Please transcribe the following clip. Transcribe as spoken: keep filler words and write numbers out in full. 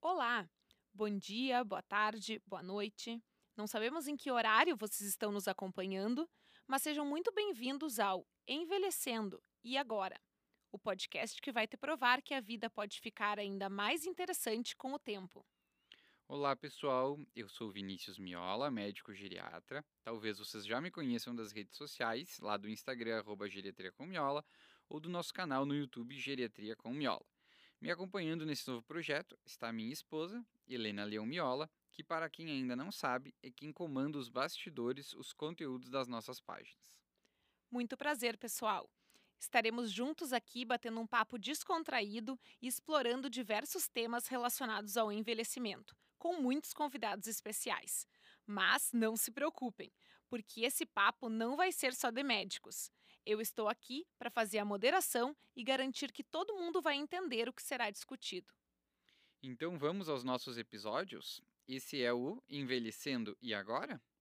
Olá, bom dia, boa tarde, boa noite. Não sabemos em que horário vocês estão nos acompanhando, mas sejam muito bem-vindos ao Envelhecendo e Agora, o podcast que vai te provar que a vida pode ficar ainda mais interessante com o tempo. Olá, pessoal. Eu sou Vinícius Miola, médico geriatra. Talvez vocês já me conheçam das redes sociais, lá do Instagram, arroba Geriatria com Miola, ou do nosso canal no YouTube, Geriatria com Miola. Me acompanhando nesse novo projeto está minha esposa, Helena Leão Miola, que, para quem ainda não sabe, é quem comanda os bastidores, os conteúdos das nossas páginas. Muito prazer, pessoal! Estaremos juntos aqui batendo um papo descontraído e explorando diversos temas relacionados ao envelhecimento, com muitos convidados especiais. Mas não se preocupem, porque esse papo não vai ser só de médicos. Eu estou aqui para fazer a moderação e garantir que todo mundo vai entender o que será discutido. Então vamos aos nossos episódios? Esse é o Envelhecendo e Agora?